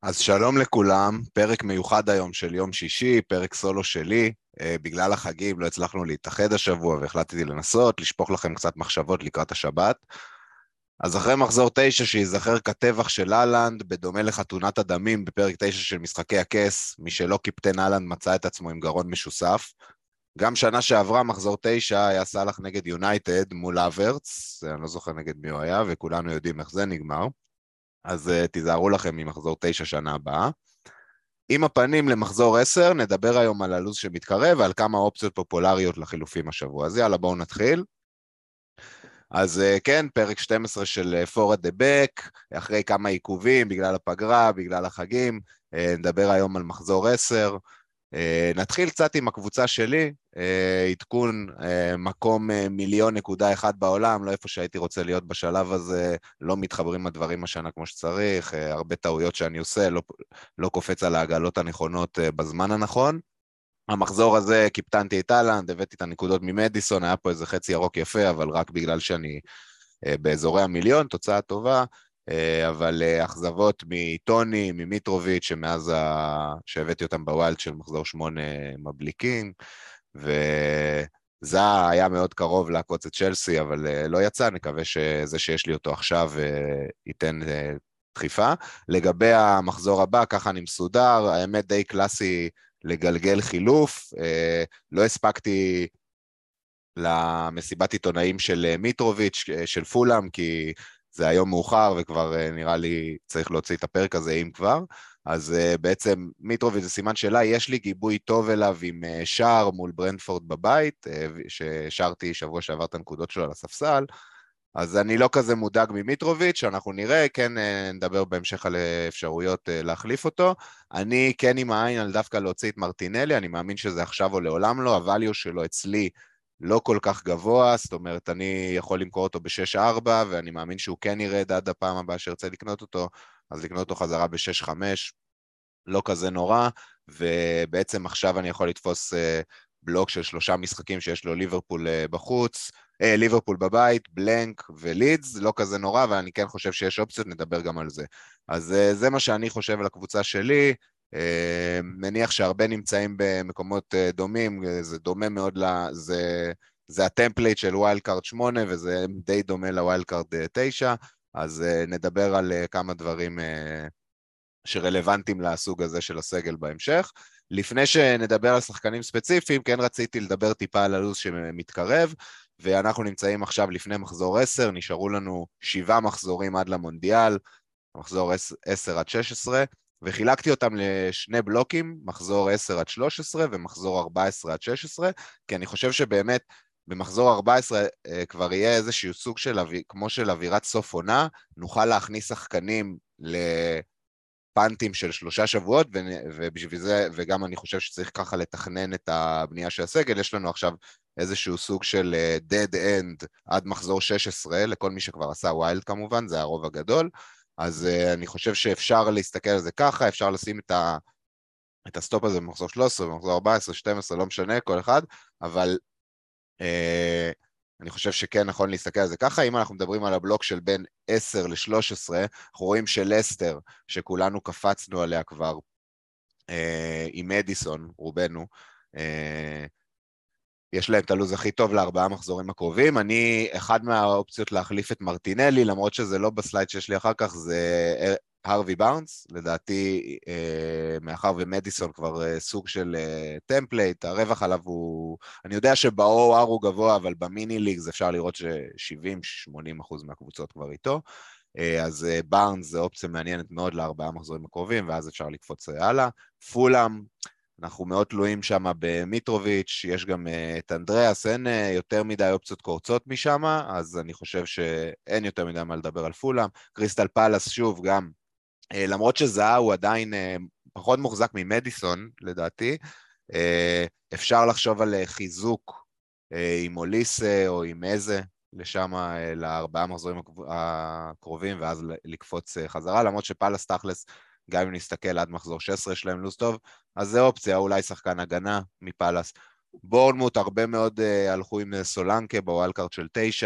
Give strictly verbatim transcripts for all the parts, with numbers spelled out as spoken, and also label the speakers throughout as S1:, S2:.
S1: אז שלום לכולם, פרק מיוחד היום של יום שישי, פרק סולו שלי. אה, בגלל החגים לא הצלחנו להתאחד השבוע והחלטתי לנסות, לשפוך לכם קצת מחשבות לקראת השבת. אז אחרי מחזור תשע שיזכר כטבח של אהלנד, בדומה לחתונת הדמים בפרק תשע של משחקי הכס, מי שלא קיפטן אהלנד מצא את עצמו עם גרון משוסף. גם שנה שעברה, מחזור תשע, היה סאלח נגד יונייטד מול אברץ, אני לא זוכר נגד מי הוא היה, וכולנו יודעים איך זה נגמר. אז uh, תיזהרו לכם ממחזור תשע שנה הבאה. עם הפנים למחזור עשר, נדבר היום על הלו"ז שמתקרב ועל כמה אופציות פופולריות לחילופים השבוע. אז יאללה, בואו נתחיל. אז uh, כן, פרק שתים עשרה של uh, For at the Back, אחרי כמה עיכובים, בגלל הפגרה, בגלל החגים, uh, נדבר היום על מחזור עשר. Uh, נתחיל קצת עם הקבוצה שלי, uh, עדכון uh, מקום uh, מיליון נקודה אחד בעולם, לא איפה שהייתי רוצה להיות בשלב הזה, לא מתחברים הדברים השנה כמו שצריך, uh, הרבה טעויות שאני עושה, לא, לא קופץ על העגלות הנכונות uh, בזמן הנכון. המחזור הזה קיפטנתי את אהלנד, הבאתי את הנקודות ממדיסון, היה פה איזה חצי ירוק יפה, אבל רק בגלל שאני uh, באזורי המיליון, תוצאה טובה. אבל אכזבות מטוני, ממיטרוביץ', שמאז ה... שהבאתי אותם בווילד של מחזור שמונה מבליקים, וזה היה מאוד קרוב לעקוץ את צ'לסי, אבל לא יצא, נקווה שזה שיש לי אותו עכשיו ייתן דחיפה. לגבי המחזור הבא, ככה אני מסודר, האמת די קלאסי לגלגל חילוף, לא הספקתי למסיבת עיתונאים של מיטרוביץ', של פולאם, כי זה היום מאוחר וכבר נראה לי צריך להוציא את הפרק הזה אם כבר, אז בעצם מיטרוביץ' זה סימן שאלה, יש לי גיבוי טוב אליו עם שער מול ברנדפורד בבית, ששרתי שבוע שעבר את הנקודות שלו על הספסל, אז אני לא כזה מודאג ממיטרוביץ', אנחנו נראה, כן נדבר בהמשך על אפשרויות להחליף אותו, אני כן עם העין על דווקא להוציא את מרטינלי, אני מאמין שזה עכשיו או לעולם לא, הווליו שלו אצלי לא כל כך גבוה, זאת אומרת, אני יכול למכור אותו ב-שש ארבע, ואני מאמין שהוא כן ירד עד הפעם הבאה שרצה לקנות אותו, אז לקנות אותו חזרה ב-שש חמש, לא כזה נורא, ובעצם עכשיו אני יכול לתפוס בלוק של שלושה משחקים שיש לו ליברפול בחוץ, אה, ליברפול בבית, בלנק ולידס, לא כזה נורא, ואני כן חושב שיש אופציות, נדבר גם על זה. אז זה מה שאני חושב על הקבוצה שלי, מניח שהרבה נמצאים במקומות דומים, זה דומה מאוד, זה, זה הטמפלייט של ווילד קארד שמונה, וזה די דומה לווילד קארד תשע, אז נדבר על כמה דברים שרלוונטיים לסוג הזה של הסגל בהמשך. לפני שנדבר על שחקנים ספציפיים, כן רציתי לדבר טיפה על הלו"ז שמתקרב, ואנחנו נמצאים עכשיו לפני מחזור עשר, נשארו לנו שבעה מחזורים עד למונדיאל, מחזור עשר עד שש עשרה, וחילקתי אותם לשני בלוקים, מחזור עשר עד שלוש עשרה ומחזור ארבע עשרה עד שש עשרה, כי אני חושב שבאמת במחזור ארבע עשרה כבר יהיה איזשהו סוג של, כמו של אווירת סוף עונה, נוכל להכניס שחקנים לפנטים של שלושה שבועות, ובשביל זה, וגם אני חושב שצריך ככה לתכנן את הבנייה של הסגל, יש לנו עכשיו איזשהו סוג של dead end עד מחזור שש עשרה, לכל מי שכבר עשה ווילד כמובן, זה הרוב הגדול, אז uh, אני חושב שאפשר להסתכל על זה ככה, אפשר לשים את, ה, את הסטופ הזה במחזור שלוש עשרה, במחזור ארבע עשרה, שתים עשרה, לא משנה, כל אחד, אבל uh, אני חושב שכן נכון להסתכל על זה ככה, אם אנחנו מדברים על הבלוק של בין עשר ל-שלוש עשרה, אנחנו רואים שלסטר, שכולנו קפצנו עליה כבר, uh, עם מדיסון, רובנו, uh, יש להם את הלו"ז הכי טוב לארבעה מחזורים הקרובים, אני, אחד מהאופציות להחליף את מרטינלי, למרות שזה לא בסלייד שיש לי אחר כך, זה הרווי בארנס, לדעתי, אה, מאחר ומדיסון כבר אה, סוג של אה, טמפלייט, הרווח עליו הוא, אני יודע שב-או אר הוא גבוה, אבל במיני ליגס אפשר לראות ש-שבעים שמונים אחוז מהקבוצות כבר איתו, אה, אז אה, בארנס זה אופציה מעניינת מאוד לארבעה מחזורים הקרובים, ואז אפשר לקפוץ הלאה, פולאם, אנחנו מאוד תלויים שם במיטרוביץ', יש גם uh, את אנדריאס, אין uh, יותר מדי אופציות קורצות משם, אז אני חושב שאין יותר מדי מה לדבר על פולאם. קריסטל פלאס, שוב, גם, uh, למרות שזהה הוא עדיין uh, פחות מוחזק ממדיסון, לדעתי, uh, אפשר לחשוב על uh, חיזוק uh, עם אוליסה או עם איזה, לשם uh, לארבעה מחזורים הקרובים, ואז לקפוץ uh, חזרה, למרות שפלאס תכלס, גם אם נסתכל עד מחזור שש עשרה שלהם לוז טוב, אז זה אופציה, אולי שחקן הגנה מפלס. בורנמוט, הרבה מאוד uh, הלכו עם סולנקה בווילד קארד של תשע,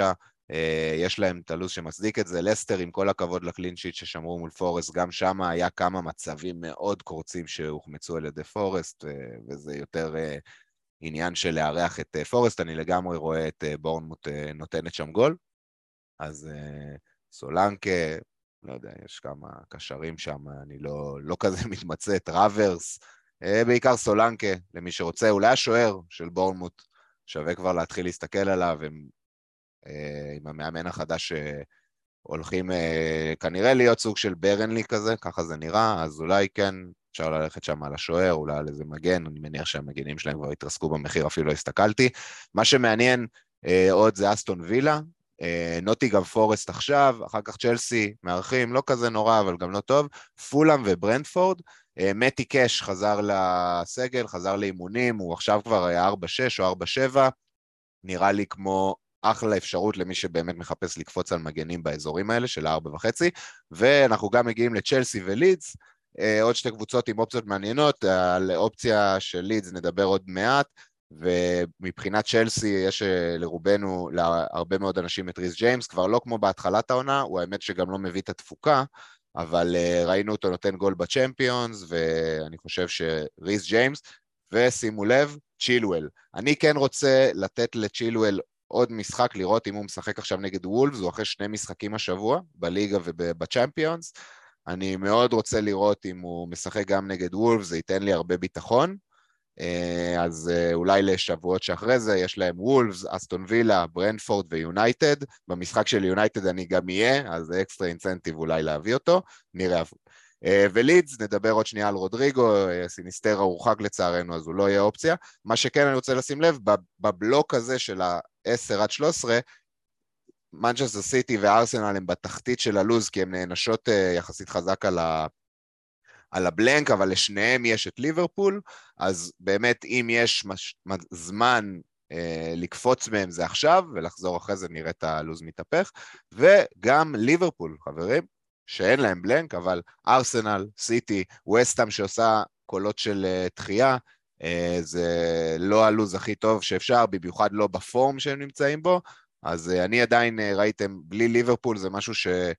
S1: יש להם את הלו"ז שמצדיק את זה. לסטר, עם כל הכבוד לקלין שיט ששמרו מול פורסט, גם שם היה כמה מצבים מאוד קורצים שהוחמצו על ידי פורסט, וזה יותר עניין של לארח את פורסט. אני לגמרי רואה את בורנמוט נותנת שם גול, אז סולנקה, לא יודע, יש כמה קשרים שם, אני לא, לא כזה מתמצא, טראברס, בעיקר סולנקה, למי שרוצה, אולי השוער של בורנמוט, שווה כבר להתחיל להסתכל עליו, הם, עם המאמן החדש הולכים כנראה להיות סוג של ברנלי כזה, ככה זה נראה, אז אולי כן אפשר ללכת שם על השוער, אולי על איזה מגן, אני מניח שהמגנים שלהם כבר התרסקו במחיר, אפילו לא הסתכלתי. מה שמעניין עוד זה אסטון וילה, נוטיגהאם פורסט עכשיו, אחר כך צ'לסי מארחים, לא כזה נורא, אבל גם לא טוב, פולאם וברנדפורד, מתי קש חזר לסגל, חזר לאימונים, הוא עכשיו כבר היה ארבע שש או ארבע שבע, נראה לי כמו אחלה אפשרות למי שבאמת מחפש לקפוץ על מגנים באזורים האלה של הארבע וחצי, ואנחנו גם מגיעים לצ'לסי ולידס, עוד שתי קבוצות עם אופציות מעניינות, על אופציה של לידס נדבר עוד מעט, ומבחינת צ'לסי יש לרובנו, להרבה מאוד אנשים את ריס ג'יימס, כבר לא כמו בהתחלת העונה, הוא האמת שגם לא מביא את התפוקה, אבל ראינו אותו נותן גול בצ'מפיונס, ואני חושב שריס ג'יימס, ושימו לב, צ'ילואל. אני כן רוצה לתת לצ'ילואל עוד משחק, לראות אם הוא משחק עכשיו נגד וולפס, הוא אחרי שני משחקים השבוע, בליגה ובצ'מפיונס, אני מאוד רוצה לראות אם הוא משחק גם נגד וולפס, זה ייתן לי הרבה ביטחון, אז אולי לשבועות שאחרי זה יש להם וולפס, אסטון וילה, ברנדפורד ויונייטד, במשחק של יונייטד אני גם אהיה, אז זה אקסטרה אינסנטיב אולי להביא אותו, נראה. ולידס, נדבר עוד שנייה על רודריגו, סיניסטרה הורחק לצערנו, אז הוא לא יהיה אופציה. מה שכן אני רוצה לשים לב, בבלוק הזה של ה-עשר עד שלוש עשרה, מנצ'סטר סיטי וארסנל הם בתחתית של הלוז, כי הם נענשות יחסית חזק על ה... על הבלנק, אבל לשניהם יש את ליברפול, אז באמת אם יש מש... זמן אה, לקפוץ מהם זה עכשיו, ולחזור אחרי זה נראה את הלוז מתהפך, וגם ליברפול, חברים, שאין להם בלנק, אבל ארסנל, סיטי, ווסטהאם שעושה קולות של uh, תחייה, uh, זה לא הלוז הכי טוב שאפשר, במיוחד לא בפורם שהם נמצאים בו, אז uh, אני עדיין uh, ראיתם, בלי ליברפול זה משהו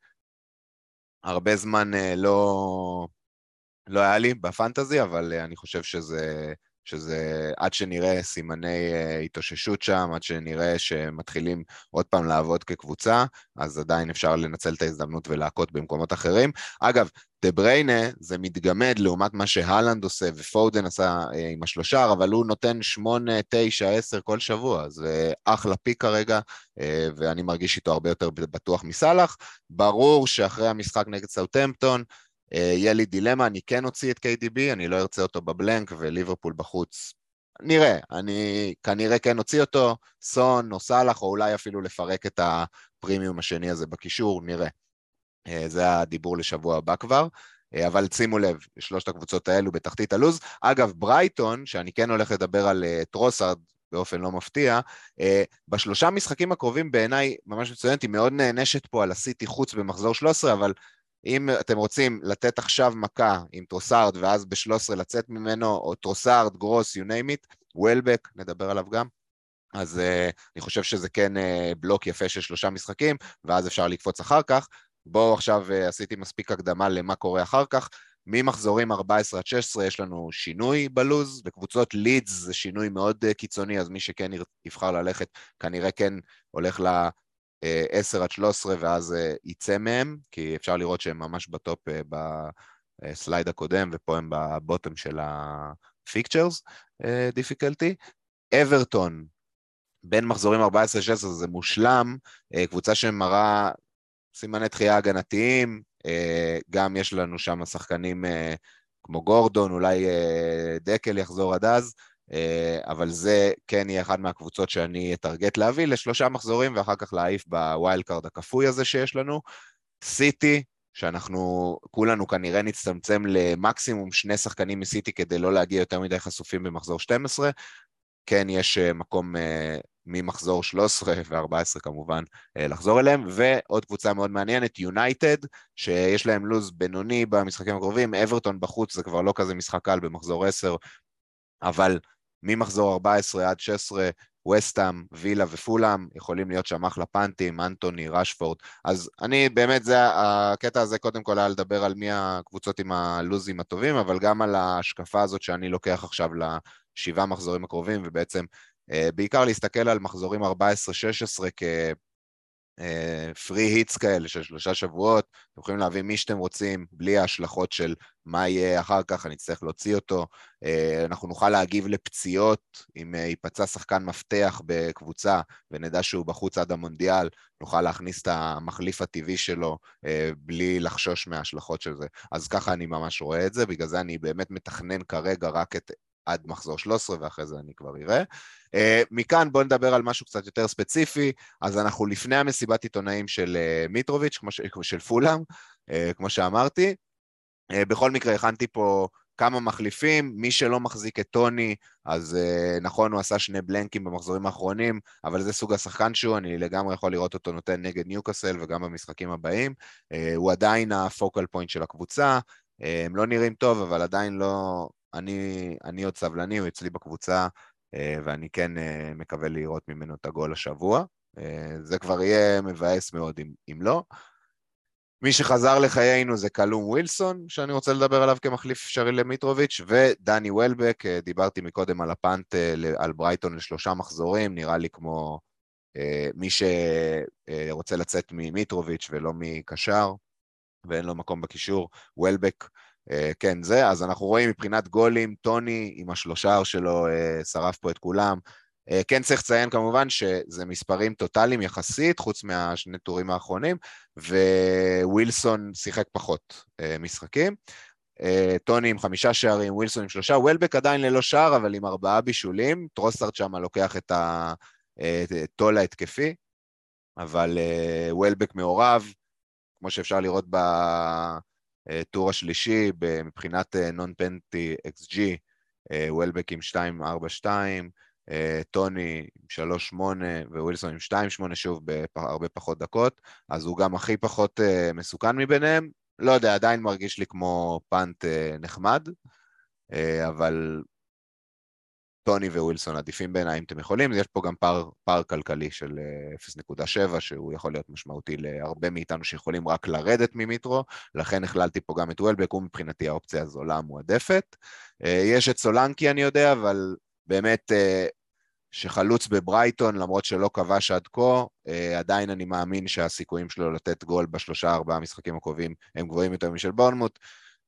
S1: שהרבה זמן uh, לא, לא היה לי בפנטזי, אבל uh, אני חושב שזה... שזה עד שנראה סימני uh, התאוששות שם, עד שנראה שמתחילים עוד פעם לעבוד כקבוצה, אז עדיין אפשר לנצל את ההזדמנות ולהכות במקומות אחרים. אגב, דה בריינה זה מתגמד לעומת מה שהלנד עושה, ופודן עשה uh, עם השלושה, אבל הוא נותן שמונה, תשע, עשר כל שבוע, אז uh, אחלה פיק כרגע, uh, ואני מרגיש איתו הרבה יותר בטוח מסלח. ברור שאחרי המשחק נגד סאות'המפטון, יהיה לי דילמה, אני כן הוציא את קיי די בי, אני לא ארצה אותו בבלנק, וליברפול בחוץ, נראה, אני כנראה כן הוציא אותו, סון או סלח, או אולי אפילו לפרק את הפרימיום השני הזה בקישור, נראה. זה הדיבור לשבוע הבא כבר, אבל שימו לב, שלושת הקבוצות האלו בתחתית הלוז. אגב, ברייטון, שאני כן הולך לדבר על טרוסארד, באופן לא מפתיע, בשלושה משחקים הקרובים בעיניי, ממש מצוינת, היא מאוד נענשת פה על הסיטי חוץ במחזור שלוש עשרה, אבל אם אתם רוצים לתת עכשיו מכה עם טרוסארד, ואז ב-שלוש עשרה לצאת ממנו, או טרוסארד, גרוס, you name it, וולבק, נדבר עליו גם, אז uh, אני חושב שזה כן uh, בלוק יפה של שלושה משחקים, ואז אפשר לקפוץ אחר כך. בואו עכשיו uh, עשיתי מספיק הקדמה למה קורה אחר כך. ממחזורים ארבע עשרה עד שש עשרה יש לנו שינוי בלוז, בקבוצות לידס זה שינוי מאוד uh, קיצוני, אז מי שכן יבחר ללכת, כנראה כן הולך ל... עשר עד שלוש עשרה ואז יצא מהם, כי אפשר לראות שהם ממש בטופ בסלייד הקודם, ופה הם בבוטם של ה-Fixtures difficulty. אברטון, בין מחזורים ארבע עשרה שש עשרה זה מושלם, קבוצה שמראה סימני תחייה הגנתיים, גם יש לנו שם שחקנים כמו גורדון, אולי דקל יחזור עד אז, אבל זה כן יהיה אחד מהקבוצות שאני אתרגט להביא לשלושה מחזורים, ואחר כך להעיף בוויילד קארד הכפוי הזה שיש לנו. סיטי, שאנחנו כולנו כנראה נצטמצם למקסימום שני שחקנים מסיטי, כדי לא להגיע יותר מדי חשופים במחזור שתים עשרה, כן יש מקום ממחזור שלוש עשרה ו-ארבע עשרה כמובן לחזור אליהם, ועוד קבוצה מאוד מעניינת, יונייטד, שיש להם לוז בינוני במשחקים הקרובים, אברטון בחוץ זה כבר לא כזה משחק קל במחזור עשר, אבל ממחזור ארבע עשרה עד שש עשרה וסטאם, וילה ופולאם, יכולים להיות שם אחלה פנטים, אנטוני, רשפורד, אז אני באמת, זה, הקטע הזה קודם כל היה לדבר על מי הקבוצות עם הלוזים הטובים, אבל גם על ההשקפה הזאת שאני לוקח עכשיו לשבעה מחזורים הקרובים, ובעצם בעיקר להסתכל על מחזורים ארבע עשרה שש עשרה כ... פרי היטס כאלה של שלושה שבועות, אתם יכולים להביא מי שאתם רוצים, בלי ההשלכות של מה יהיה אחר כך, אני צריך להוציא אותו, אנחנו נוכל להגיב לפציעות, אם ייפצע שחקן מפתח בקבוצה, ונדע שהוא בחוץ עד המונדיאל, נוכל להכניס את המחליף הטבעי שלו, בלי לחשוש מההשלכות של זה, אז ככה אני ממש רואה את זה, בגלל זה אני באמת מתכנן כרגע רק את עד מחזור שלוש עשרה, ואחרי זה אני כבר אראה. Uh, מכאן בואו נדבר על משהו קצת יותר ספציפי, אז אנחנו לפני המסיבת עיתונאים של uh, מיטרוביץ', כמו ש... של פולאם, uh, כמו שאמרתי, uh, בכל מקרה הכנתי פה כמה מחליפים, מי שלא מחזיק את טוני, אז uh, נכון, הוא עשה שני בלנקים במחזורים האחרונים, אבל זה סוג השחקן שהוא, אני לגמרי יכול לראות אותו נותן נגד ניוקאסל, וגם במשחקים הבאים, uh, הוא עדיין הפוקל פוינט של הקבוצה, uh, הם לא נראים טוב, אבל עדיין לא... אני, אני עוד סבלני, הוא אצלי בקבוצה, ואני כן מקווה לראות ממנו את הגול השבוע. זה כבר יהיה מבאס מאוד אם, אם לא. מי שחזר לחיינו זה קלום ווילסון, שאני רוצה לדבר עליו כמחליף אפשרי למיטרוביץ', ודני וולבק, דיברתי מקודם על הפאנט על ברייטון לשלושה מחזורים, נראה לי כמו מי שרוצה לצאת ממיטרוביץ' ולא מקשר, ואין לו מקום בקישור, וולבק, כן זה, אז אנחנו רואים מבחינת גולים, טוני עם השלושה שלו שרף פה את כולם, כן צריך לציין כמובן שזה מספרים טוטליים יחסית, חוץ מהשני טורים האחרונים, ווילסון שיחק פחות משחקים, טוני עם חמישה שערים, ווילסון עם שלושה, וולבק עדיין ללא שער, אבל עם ארבעה בישולים, טרוסארד שם לוקח את הטול ההתקפי, אבל וולבק מעורב, כמו שאפשר לראות בטור השלישי, מבחינת נון פנטי אקס ג'י, וולבק עם שתיים ארבע שתיים, טוני עם שלוש שמונה ווילסון עם שתיים שמונה, שוב בהרבה פחות דקות, אז הוא גם הכי פחות מסוכן מביניהם, לא יודע, עדיין מרגיש לי כמו פאנט נחמד, אבל טוני ווילסון עדיפים בעיניי אם אתם יכולים, יש פה גם פער, פער כלכלי של אפס נקודה שבע, שהוא יכול להיות משמעותי להרבה מאיתנו שיכולים רק לרדת ממיטרו, לכן הכללתי פה גם את וולבק, הוא מבחינתי האופציה הזולה המועדפת. יש את סולנקי אני יודע, אבל באמת שחלוץ בברייטון, למרות שלא כבש עד כה, עדיין אני מאמין שהסיכויים שלו לתת גול בשלושה ארבעה משחקים הקרובים הם גבוהים יותר משל בורנמוט.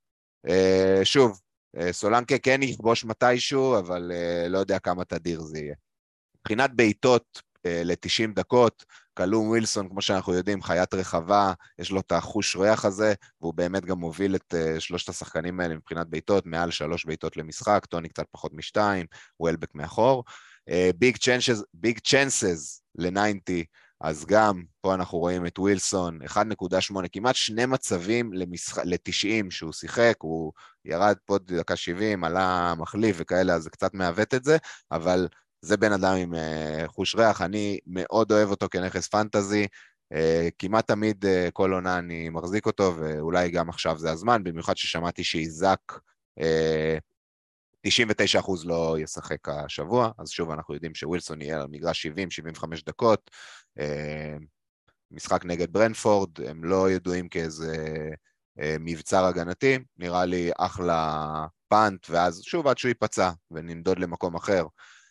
S1: שוב, סולנקה כן יכבוש מתישהו, אבל לא יודע כמה תדיר זה יהיה. מבחינת בעיטות ל-תשעים דקות, קלום ווילסון, כמו שאנחנו יודעים, חיית רחבה, יש לו את החוש ריח הזה, והוא באמת גם מוביל את שלושת השחקנים האלה מבחינת בעיטות, מעל שלוש בעיטות למשחק, טוני קצת פחות משתיים, וולבק מאחור. ביג צ'אנסס, ביג צ'אנסס ל-תשעים, אז גם פה אנחנו רואים את ווילסון, אחת נקודה שמונה, כמעט שני מצבים ל-תשעים שהוא שיחק, הוא ירד פה דקה שבעים, עלה מחליף וכאלה, אז זה קצת מעוות את זה, אבל זה בן אדם עם חוש ריח, אני מאוד אוהב אותו כנכס פנטזי, כמעט תמיד כל עונה אני מחזיק אותו, ואולי גם עכשיו זה הזמן, במיוחד ששמעתי שיזק תשעים ותשעה אחוז לא ישחק השבוע, אז שוב אנחנו יודעים שווילסון יהיה על מגרש שבעים שבעים וחמש דקות, משחק נגד ברנפורד, הם לא ידועים כאיזה מבצר הגנתי, נראה לי אחלה פאנט, ואז שוב עד שהוא ייפצע ונמדוד למקום אחר.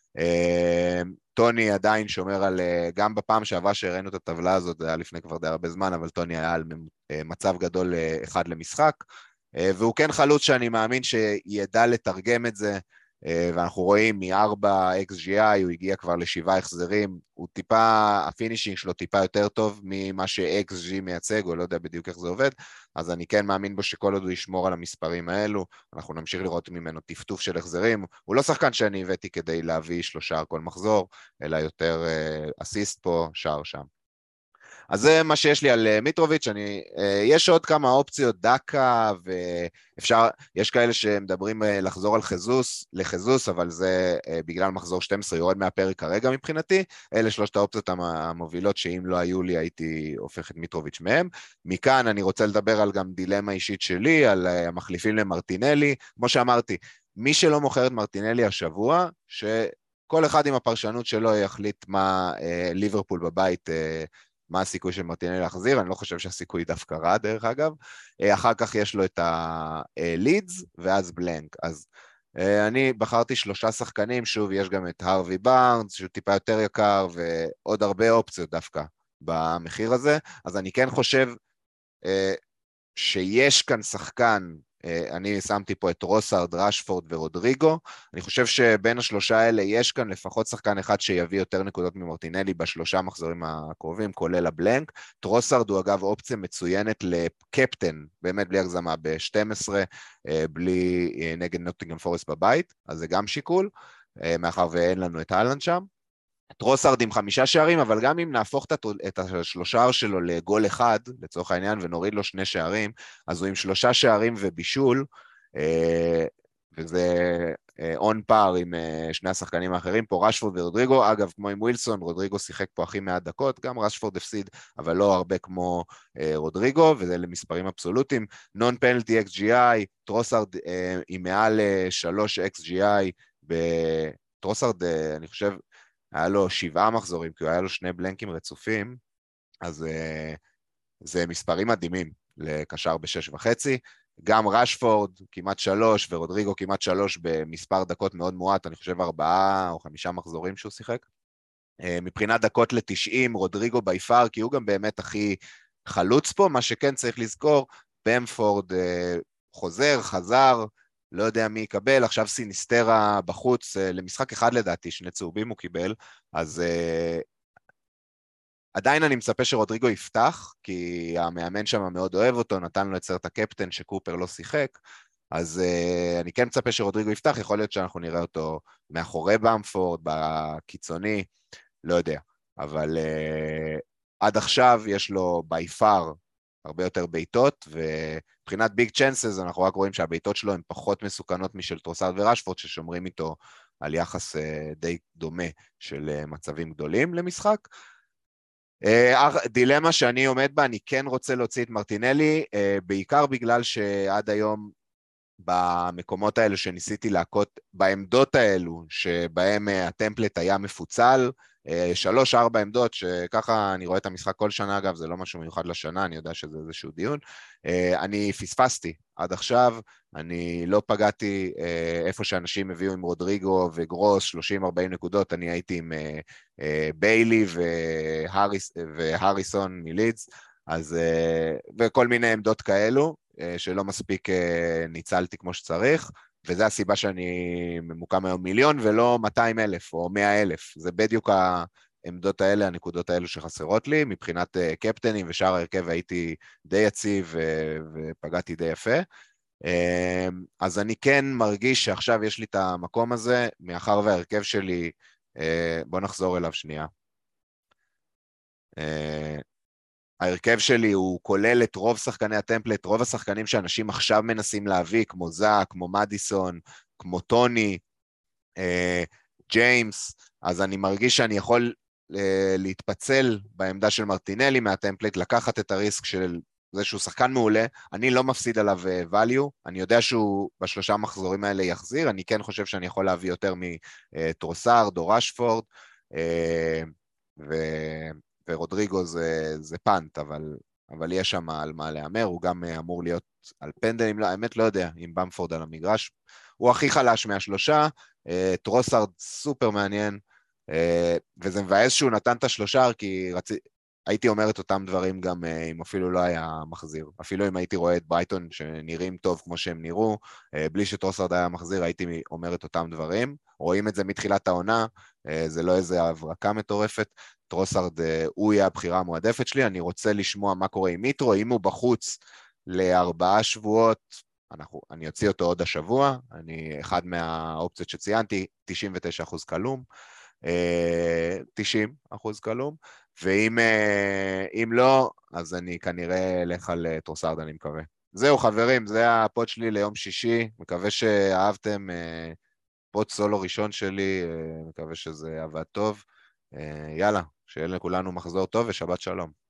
S1: טוני עדיין שומר על, גם בפעם שעברה שהראינו את הטבלה הזאת, זה היה לפני כבר די הרבה זמן, אבל טוני היה על מצב גדול אחד למשחק, והוא כן חלוץ שאני מאמין שידע לתרגם את זה, ואנחנו רואים מ-ארבע אקס ג'י איי, הוא הגיע כבר לשבעה החזרים, הוא טיפה, הפינישינג שלו טיפה יותר טוב ממה ש-אקס ג'י מייצג, הוא לא יודע בדיוק איך זה עובד, אז אני כן מאמין בו שכל עוד הוא ישמור על המספרים האלו, אנחנו נמשיך לראות ממנו טפטוף של החזרים, הוא לא שחקן שאני הבאתי כדי להביא שלושה כל מחזור, אלא יותר אסיסט פה, שער שם. אז זה מה שיש לי על מיטרוביץ', אני, יש עוד כמה אופציות, דקה, ואפשר, יש כאלה שמדברים לחזור על חזוס, לחזוס, אבל זה בגלל מחזור שתים עשרה, יורד מהפרק כרגע מבחינתי, אלה שלושת האופציות המובילות, שאם לא היו לי, הייתי הופך את מיטרוביץ' מהם. מכאן אני רוצה לדבר על גם דילמה אישית שלי, על המחליפים למרטינלי, כמו שאמרתי, מי שלא מוכר את מרטינלי השבוע, ש... כל אחד עם הפרשנות שלו יחליט מה ליברפול בבית, מה הסיכוי של מרטינלי להחזיר, אני לא חושב שהסיכוי דווקא רע דרך אגב, אחר כך יש לו את הלידס ואז בלנק, אז אני בחרתי שלושה שחקנים, שוב יש גם את הרווי בארנס, שהוא טיפה יותר יקר, ועוד הרבה אופציות דווקא במחיר הזה, אז אני כן חושב שיש כאן שחקן, אני שמתי פה את רוסארד, רשפורד ורודריגו, אני חושב שבין השלושה האלה יש כאן לפחות שחקן אחד שיביא יותר נקודות ממרטינלי בשלושה מחזורים הקרובים, כולל הבלנק. רוסארד הוא אגב אופציה מצוינת לקפטן, באמת בלי הגזמה, ב-שתים עשרה, בלי נגד נוטינגהאם פורסט בבית, אז זה גם שיקול, מאחר ואין לנו את הלנד שם. טרוסארד עם חמישה שערים, אבל גם אם נהפוך את השלושה שלו לגול אחד, לצורך העניין, ונוריד לו שני שערים, אז הוא עם שלושה שערים ובישול, וזה און פאר עם שני השחקנים האחרים, פה רשפורד ורודריגו, אגב, כמו עם ווילסון, רודריגו שיחק פה הכי מעט דקות, גם רשפורד הפסיד, אבל לא הרבה כמו רודריגו, וזה למספרים אבסולוטיים, נון פנלטי אקס ג'י איי, טרוסארד עם מעל שלוש אקס ג'י איי, בטרוסארד, אני חושב, היה לו שבעה מחזורים, כי היה לו שני בלנקים רצופים, אז uh, זה מספרים מדהימים לקשר בשש וחצי, גם רשפורד כמעט שלוש, ורודריגו כמעט שלוש במספר דקות מאוד מועט, אני חושב ארבעה או חמישה מחזורים שהוא שיחק. Uh, מבחינת דקות ל-תשעים, רודריגו ביפר, כי הוא גם באמת הכי חלוץ פה, מה שכן צריך לזכור, במפורד uh, חוזר, חזר, לא יודע מי יקבל, עכשיו סיניסטרה בחוץ, למשחק אחד לדעתי, שני צהובים הוא קיבל, אז uh, עדיין אני מצפה שרודריגו יפתח, כי המאמן שם מאוד אוהב אותו, נתן לו את סרט הקפטן שקופר לא שיחק, אז uh, אני כן מצפה שרודריגו יפתח, יכול להיות שאנחנו נראה אותו מאחורי במפורד, בקיצוני, לא יודע, אבל uh, עד עכשיו יש לו ביפר, הרבה יותר ביתות, ובחינת ביג צ'אנסס אנחנו רק רואים שהביתות שלו הן פחות מסוכנות משל טרוסארד ורשפורד, ששומרים איתו על יחס די דומה של מצבים גדולים למשחק. דילמה שאני עומד בה, אני כן רוצה להוציא את מרטינלי, בעיקר בגלל שעד היום במקומות האלו שניסיתי להכות, בעמדות האלו שבהם הטמפלט היה מפוצל, שלוש, ארבע עמדות, שככה אני רואה את המשחק כל שנה, אגב, זה לא משהו מיוחד לשנה, אני יודע שזה איזשהו דיון. אני פספסתי עד עכשיו, אני לא פגעתי איפה שאנשים הביאו עם רודריגו וגרוס, שלושים ארבעים נקודות, אני הייתי עם ביילי והריס, והריסון מלידס, אז, וכל מיני עמדות כאלו, שלא מספיק ניצלתי כמו שצריך, וזה הסיבה שאני ממוקם היום מיליון ולא מאתיים אלף או מאה אלף, זה בדיוק העמדות האלה, הנקודות האלו שחסרות לי, מבחינת קפטנים ושאר הרכב הייתי די יציב ופגעתי די יפה, אז אני כן מרגיש שעכשיו יש לי את המקום הזה, מאחר והרכב שלי, בוא נחזור אליו שנייה, ההרכב שלי הוא כולל את רוב שחקני הטמפלט, רוב השחקנים שאנשים עכשיו מנסים להביא, כמו זק, כמו מדיסון, כמו טוני, אה, ג'יימס, אז אני מרגיש שאני יכול אה, להתפצל בעמדה של מרטינלי מהטמפלט, לקחת את הריסק של זה שהוא שחקן מעולה, אני לא מפסיד עליו value, אני יודע שהוא בשלושה מחזורים האלה יחזיר, אני כן חושב שאני יכול להביא יותר מטרוסארד או רשפורד, אה, ו... ורודריגו זה, זה פנט, אבל, אבל יש שם על מה להאמר, הוא גם אמור להיות על פנדלים, לא, האמת לא יודע, עם במפורד על המגרש, הוא הכי חלש מהשלושה, טרוסארד סופר מעניין, וזה מבאס שהוא נתן את השלושה, כי רצ... הייתי אומר את אותם דברים גם אם אפילו לא היה מחזיר, אפילו אם הייתי רואה את ברייטון שנראים טוב כמו שהם נראו, בלי שטרוסארד היה מחזיר, הייתי אומר את אותם דברים, רואים את זה מתחילת העונה, זה לא איזה הברקה מטורפת, טרוסארד הוא יהיה הבחירה המועדפת שלי, אני רוצה לשמוע מה קורה עם מיטרו, אם הוא בחוץ לארבעה שבועות, אנחנו, אני אוציא אותו עוד השבוע, אני אחד מהאופציות שציינתי, תשעים ותשעה אחוז קלום, תשעים אחוז קלום, ואם אם לא, אז אני כנראה אלך על טרוסארד, אני מקווה. זהו חברים, זה הפוד שלי ליום שישי, מקווה שאהבתם, פוד סולו ראשון שלי, מקווה שזה עבד טוב, יאללה, שיהיה לכולנו מחזור טוב ושבת שלום.